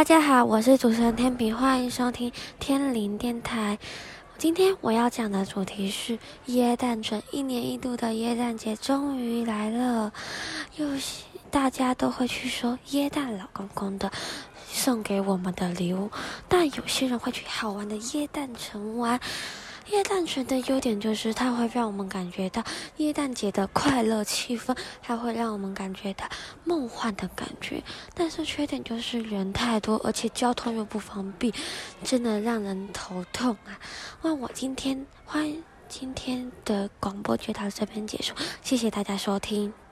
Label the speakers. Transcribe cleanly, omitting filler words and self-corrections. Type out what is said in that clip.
Speaker 1: 大家好，我是主持人天平，欢迎收听天灵电台。今天我要讲的主题是耶诞城，一年一度的耶诞节终于来了，大家都会去说耶诞老公公的送给我们的礼物，但有些人会去好玩的耶诞城玩。耶诞城的优点就是它会让我们感觉到耶诞节的快乐气氛，它会让我们感觉到梦幻的感觉，但是缺点就是人太多，而且交通又不方便，真的让人头痛啊。今天的广播就到这边结束，谢谢大家收听。